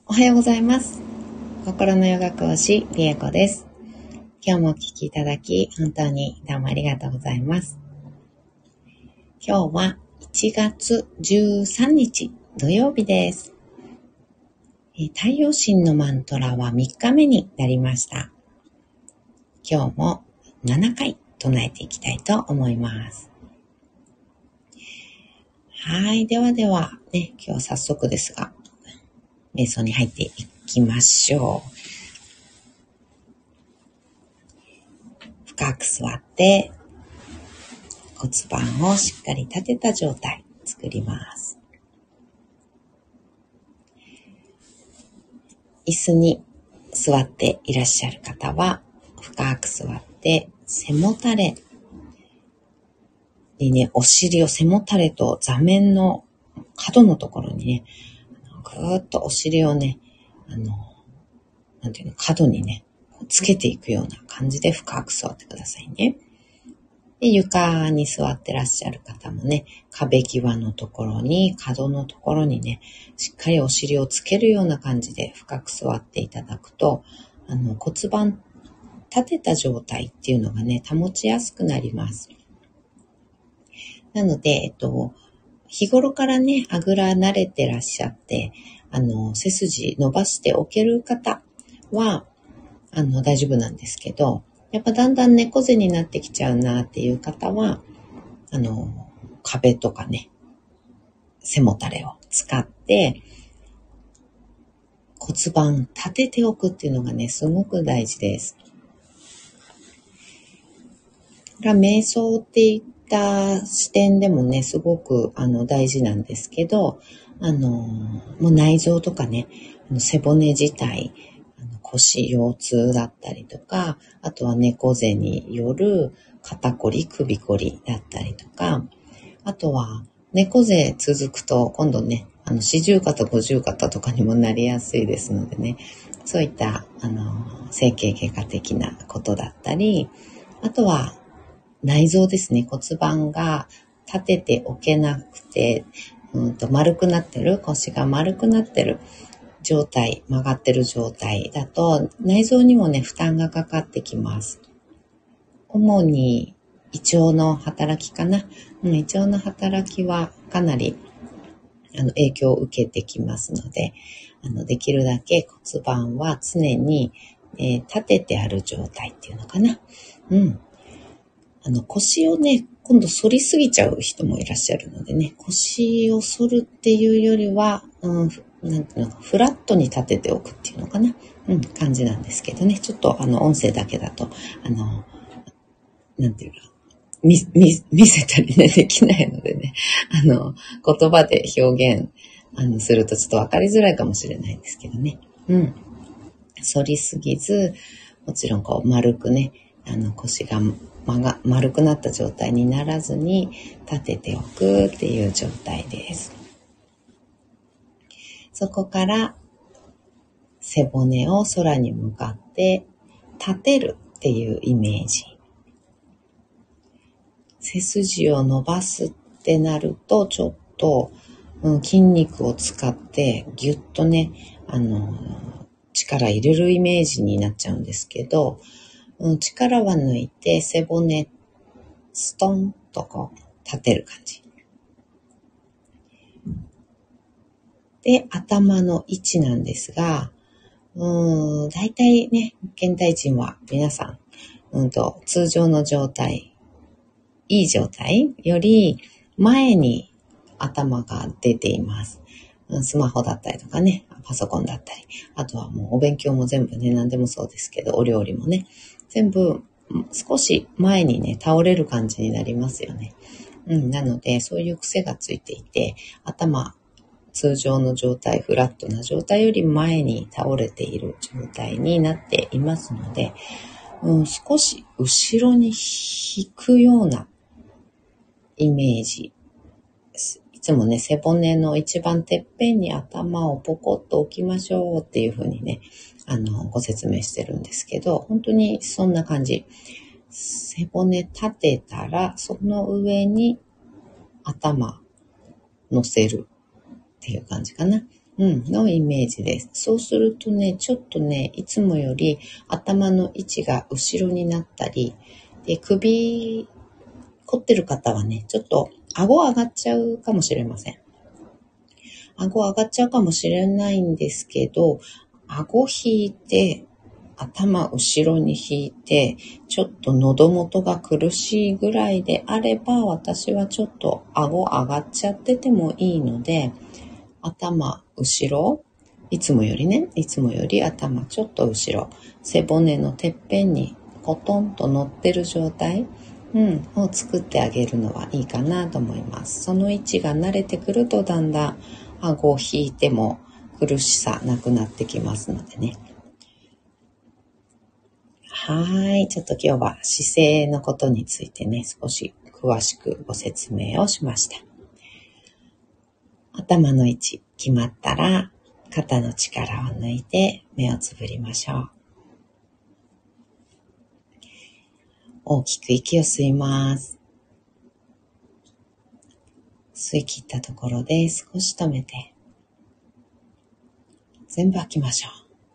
おはようございます。心のヨガ講師リエコです。今日もお聞きいただき本当にどうもありがとうございます。今日は1月13日土曜日です。太陽神のマントラは3日目になりました。今日も7回唱えていきたいと思います。はい、ではね、今日早速ですが瞑想に入っていきましょう。深く座って骨盤をしっかり立てた状態作ります。椅子に座っていらっしゃる方は深く座って背もたれにね、お尻を背もたれと座面の角のところにね、ぐーっとお尻をね、角にね、つけていくような感じで深く座ってくださいね。で、床に座ってらっしゃる方もね、壁際のところに、角のところにね、しっかりお尻をつけるような感じで深く座っていただくと、骨盤立てた状態っていうのがね、保ちやすくなります。なので、日頃からね、あぐら慣れてらっしゃって、背筋伸ばしておける方は、大丈夫なんですけど、やっぱだんだん猫背になってきちゃうなっていう方は、壁とかね、背もたれを使って骨盤立てておくっていうのがね、すごく大事です。瞑想っていった視点でもね、すごく大事なんですけど、もう内臓とかね、背骨自体、腰、腰痛だったりとか、あとは猫背による肩こり、首こりだったりとか、あとは猫背続くと今度ね、四十肩、五十肩とかにもなりやすいですのでね、そういった整形外科的なことだったり、あとは内臓ですね、骨盤が立てておけなくて、丸くなってる、腰が丸くなってる状態、曲がってる状態だと内臓にもね、負担がかかってきます。主に胃腸の働きかな。胃腸の働きはかなり影響を受けてきますので、できるだけ骨盤は常に、立ててある状態っていうのかな。腰をね、今度反りすぎちゃう人もいらっしゃるのでね、腰を反るっていうよりは、なんていうのか、フラットに立てておくっていうのかな、感じなんですけどね、ちょっと音声だけだと、なんていうの、見せたりね、できないのでね、言葉で表現、するとちょっとわかりづらいかもしれないんですけどね。反りすぎず、もちろんこう丸くね、腰が丸くなった状態にならずに立てておくっていう状態です。そこから背骨を空に向かって立てるっていうイメージ。背筋を伸ばすってなるとちょっと、筋肉を使ってギュッとね、力入れるイメージになっちゃうんですけど、力は抜いて背骨ストンとこう立てる感じで、頭の位置なんですが、だいたいね、現代人は皆さん、通常の状態、いい状態より前に頭が出ています。スマホだったりとかね、パソコンだったり、あとはもうお勉強も全部ね、何でもそうですけど、お料理もね、全部少し前にね、倒れる感じになりますよね。なので、そういう癖がついていて、頭、通常の状態、フラットな状態より前に倒れている状態になっていますので、少し後ろに引くようなイメージ。いつもね、背骨の一番てっぺんに頭をポコッと置きましょうっていう風にね、ご説明してるんですけど、本当にそんな感じ。背骨立てたら、その上に頭乗せるっていう感じかな。 のイメージです。そうするとね、ちょっとね、いつもより頭の位置が後ろになったり、で、首、凝ってる方はね、ちょっと顎上がっちゃうかもしれません。顎上がっちゃうかもしれないんですけど、顎引いて、頭後ろに引いて、ちょっと喉元が苦しいぐらいであれば、私はちょっと顎上がっちゃっててもいいので、頭後ろ、いつもより頭ちょっと後ろ、背骨のてっぺんにコトンと乗ってる状態、を作ってあげるのはいいかなと思います。その位置が慣れてくるとだんだん顎を引いても苦しさなくなってきますのでね。はい。ちょっと今日は姿勢のことについてね、少し詳しくご説明をしました。頭の位置決まったら、肩の力を抜いて目をつぶりましょう。大きく息を吸います。吸い切ったところで少し止めて、全部吐きましょう。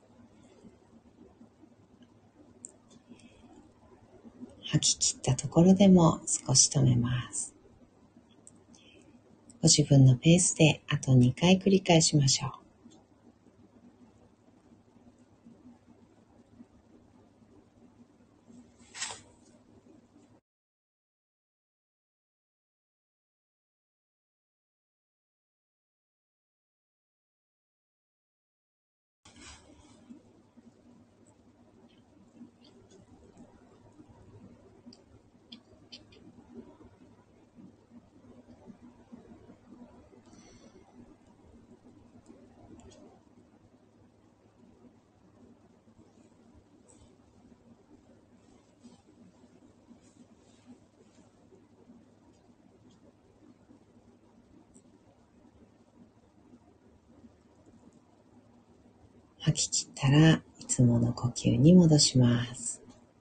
吐き切ったところでも少し止めます。ご自分のペースであと2回繰り返しましょう。吐き切ったらいつもの呼吸に戻します。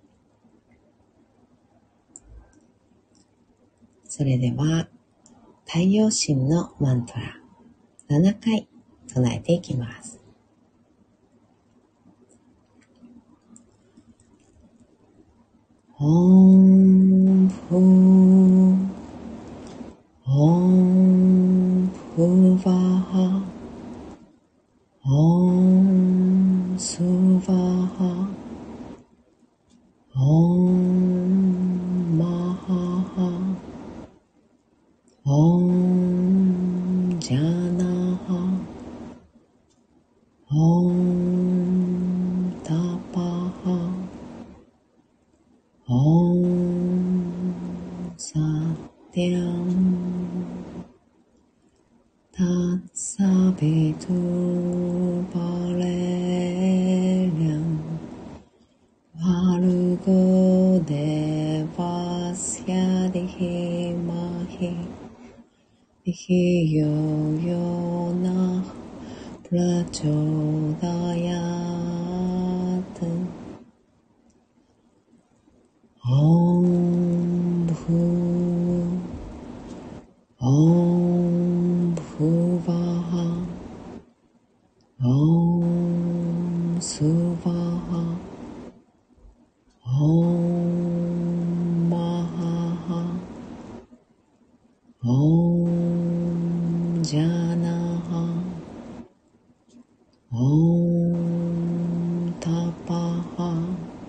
それでは太陽神のマントラ7回唱えていきます。オンプオンプヴァハオンスヴァハオンマハハオンジャナハオンタパハオンサティアンタッサビトゥパレリャンバルゴデバスヤディヒマヒディヒヨヨナプラチョダヤタオンブオンブヴァハオンスヴァハオンマハハオンジャナハオンタパハ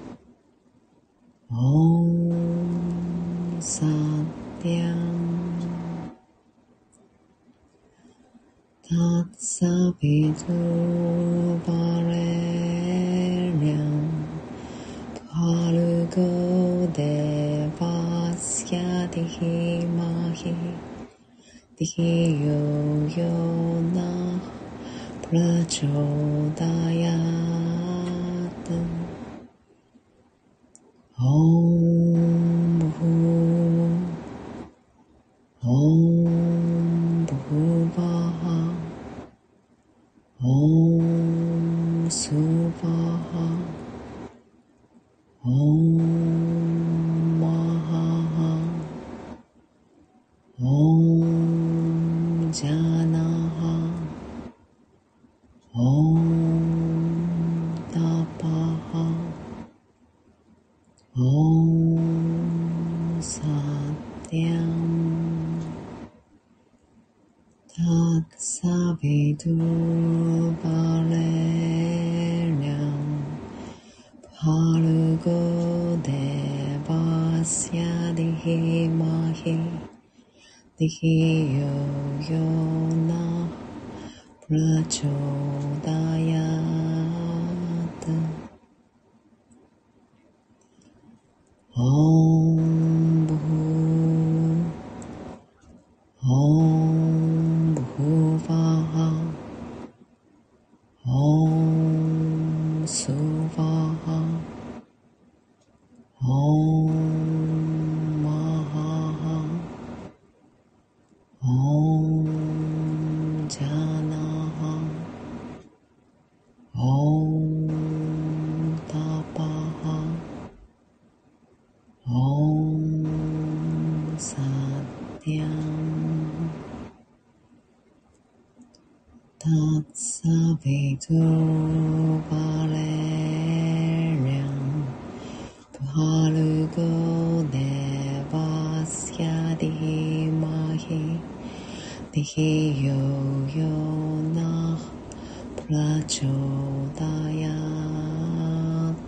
オンサティアンタッサビトゥバレリャンパルゴデバスヤディヒマヒディヒヨヨナプラチョダヤタオンブオンブヴァハオンスヴァハオンマハハオンジャナハ Om Tapaha Om Satyam Tat Savitur Varenyam Bhargo Devasya Dhimahi Dhiyo Yona Prachodayat Om Bhuvaha Om Suvaha Om Mahaha Om Janaha Om Tapaha Om Satyam Tat Savitur Varenyam Bhargo Devasya Dhimahi Dhiyo Yona Prachodayat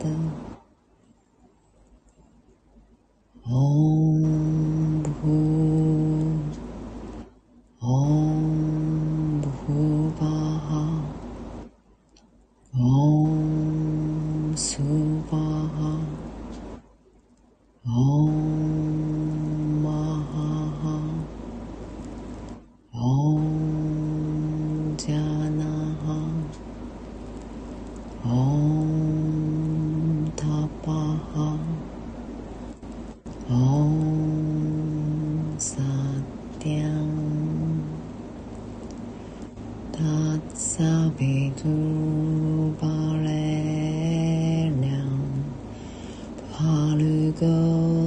Om Bhuvaha Om Suvaha Om Mahaha Om Janaha Om Tapaha Om Satyam Tat Savitur Varenyam Bhargo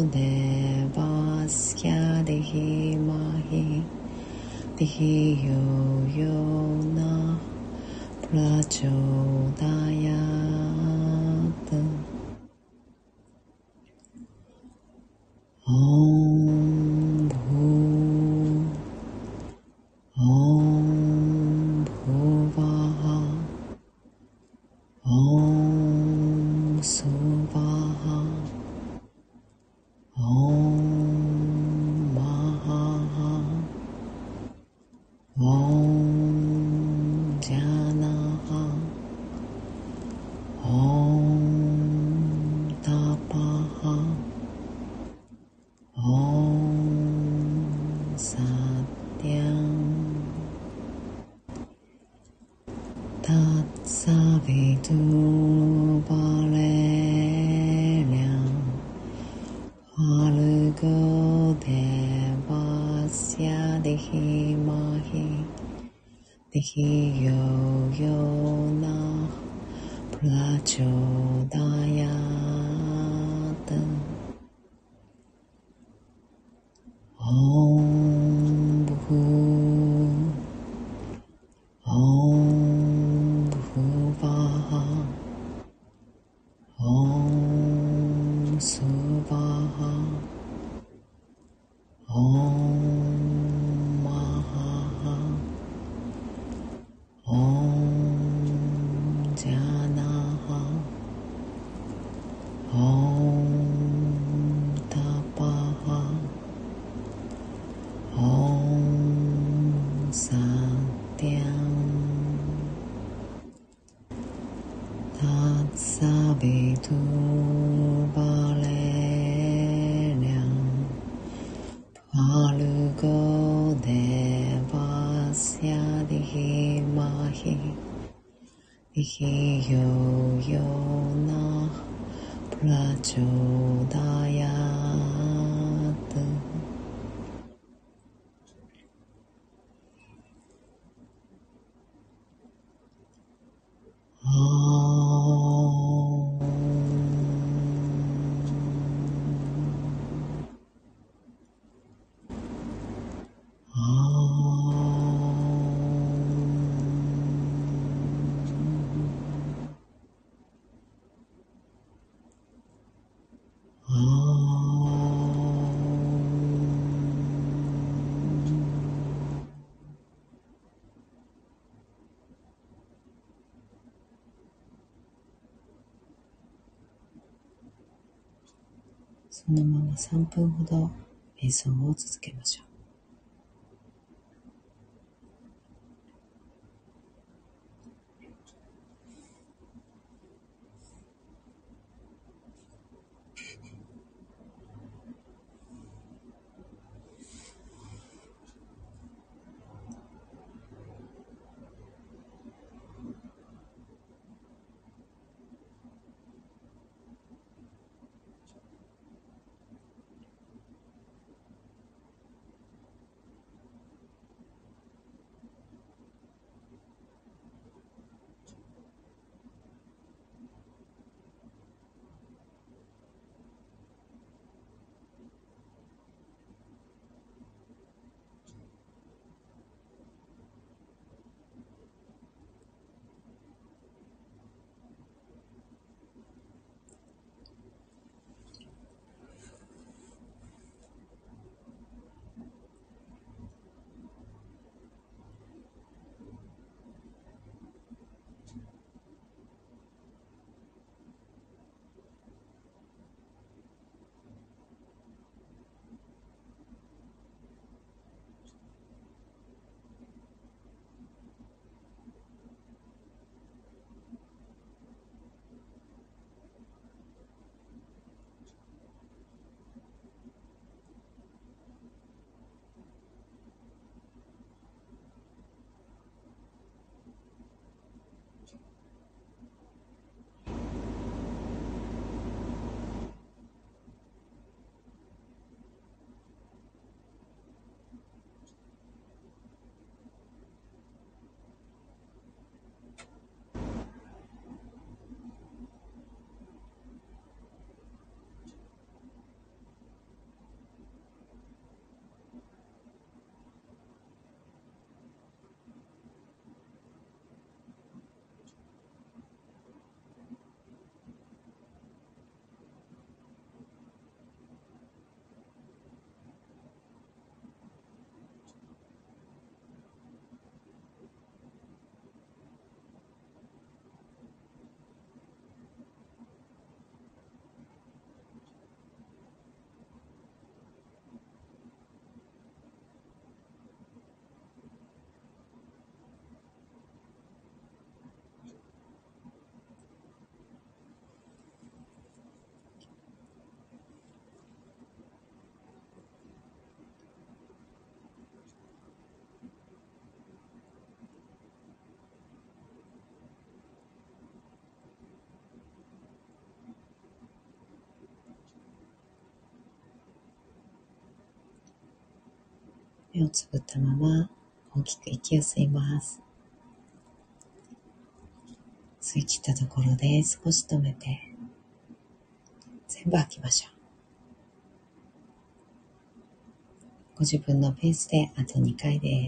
Devasya Dhimahi Dhiyo Yona Prachodayat Om Bhuvaha Om Suvaha Om Mahaha Om Janaha Om Tapaha Om Satyam Tat Savitur Varenyam Bhargo Devasya Dhimahi Dhiyo Yona Prachodayat Om Bhuvaha Om Suvaha Om Mahaha Om Janaha Om Tapaha Om Satyam Tat Savitur Varenyam Bhargo Devasya Dhimahi Dhiyo Yona Prachodayat そのまま3分ほど瞑想を続けましょう。目をつぶったまま大きく息を吸います。吸い切ったところで少し止めて全部吐きましょう。ご自分のペースであと2回です。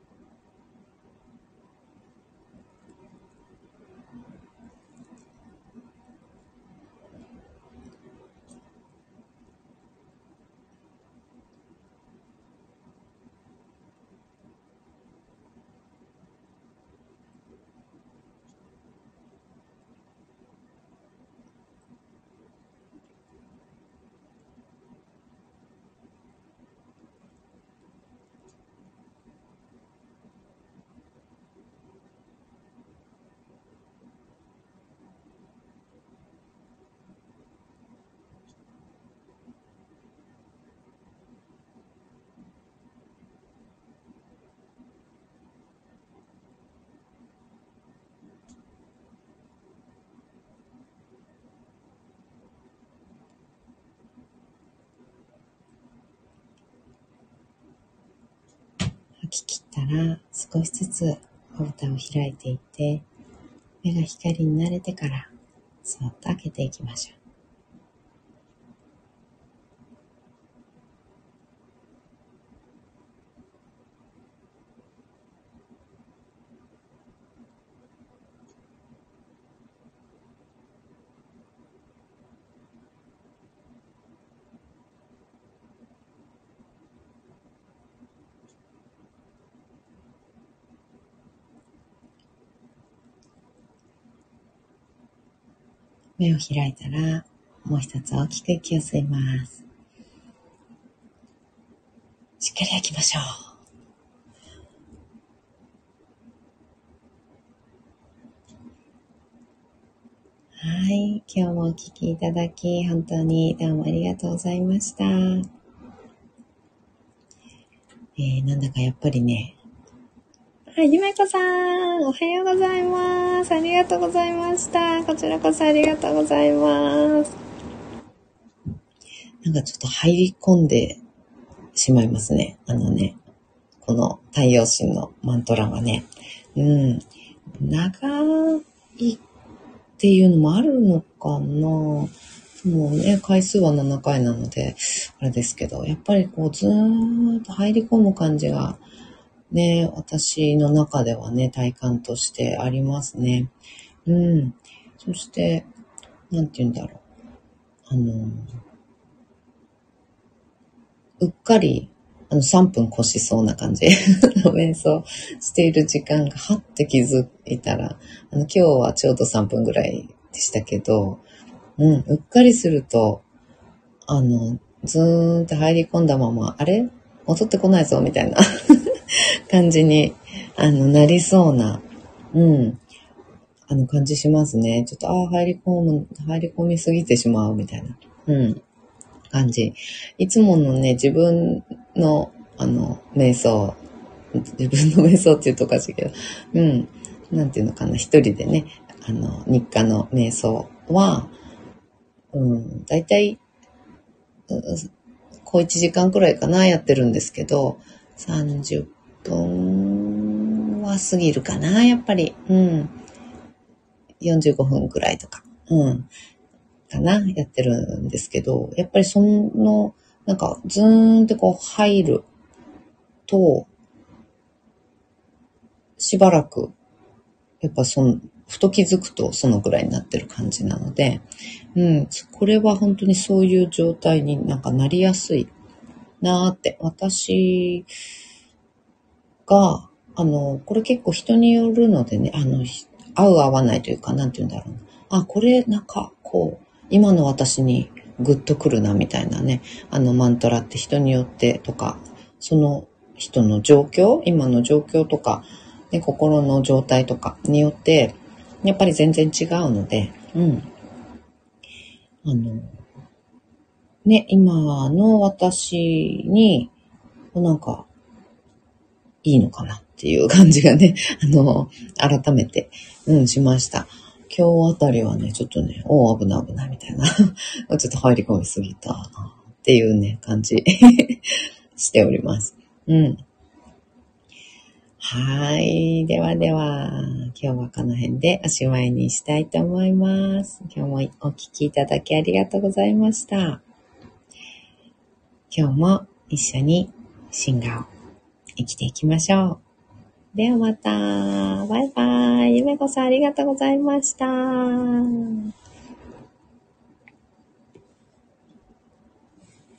吐き切ったら少しずつまぶたを開いていって目が光に慣れてからそっと開けていきましょう。目を開いたらもう一つ大きく息を吸います。しっかり吐きましょう。はい。今日もお聞きいただき、本当にどうもありがとうございました。なんだかやっぱりね、ゆめこさん、おはようございます。ありがとうございました。こちらこそありがとうございます。なんかちょっと入り込んでしまいますね。この太陽神のマントラがね。長いっていうのもあるのかな。もうね、回数は7回なので、あれですけど、やっぱりこうずーっと入り込む感じが、ね、私の中ではね、体感としてありますね。そして、なんて言うんだろう。うっかり、3分越しそうな感じ。瞑想している時間が、はって気づいたら、今日はちょうど3分ぐらいでしたけど、うっかりすると、ずーんと入り込んだまま、あれ戻ってこないぞ、みたいな感じに、なりそうな、感じしますね。ちょっと、入り込みすぎてしまう、みたいな、感じ。いつものね、自分の、瞑想、自分の瞑想って言うとおかしいけど、なんていうのかな、一人でね、日課の瞑想は、だいたい、小1時間くらいかな、やってるんですけど、30分は過ぎるかな、やっぱり。45分くらいとか、かな、やってるんですけど、やっぱりなんか、ズーンってこう入ると、しばらく、やっぱふと気づくとそのぐらいになってる感じなので、これは本当にそういう状態になんかなりやすいなーって、私が、これ結構人によるのでね、合う合わないというか、なんて言うんだろう。これなんか、こう、今の私にグッとくるな、みたいなね、マントラって人によってとか、その人の状況、今の状況とか、ね、心の状態とかによって、やっぱり全然違うので、ね、今の私に、なんか、いいのかなっていう感じがね、改めて、しました。今日あたりはね、ちょっとね、危ない危ないみたいな、ちょっと入り込みすぎたなっていうね、感じしております。はい。ではでは、今日はこの辺でおしまいにしたいと思います。今日もお聞きいただきありがとうございました。今日も一緒にシンガーを生きていきましょう。ではまた。バイバイ。ゆめこさんありがとうございました。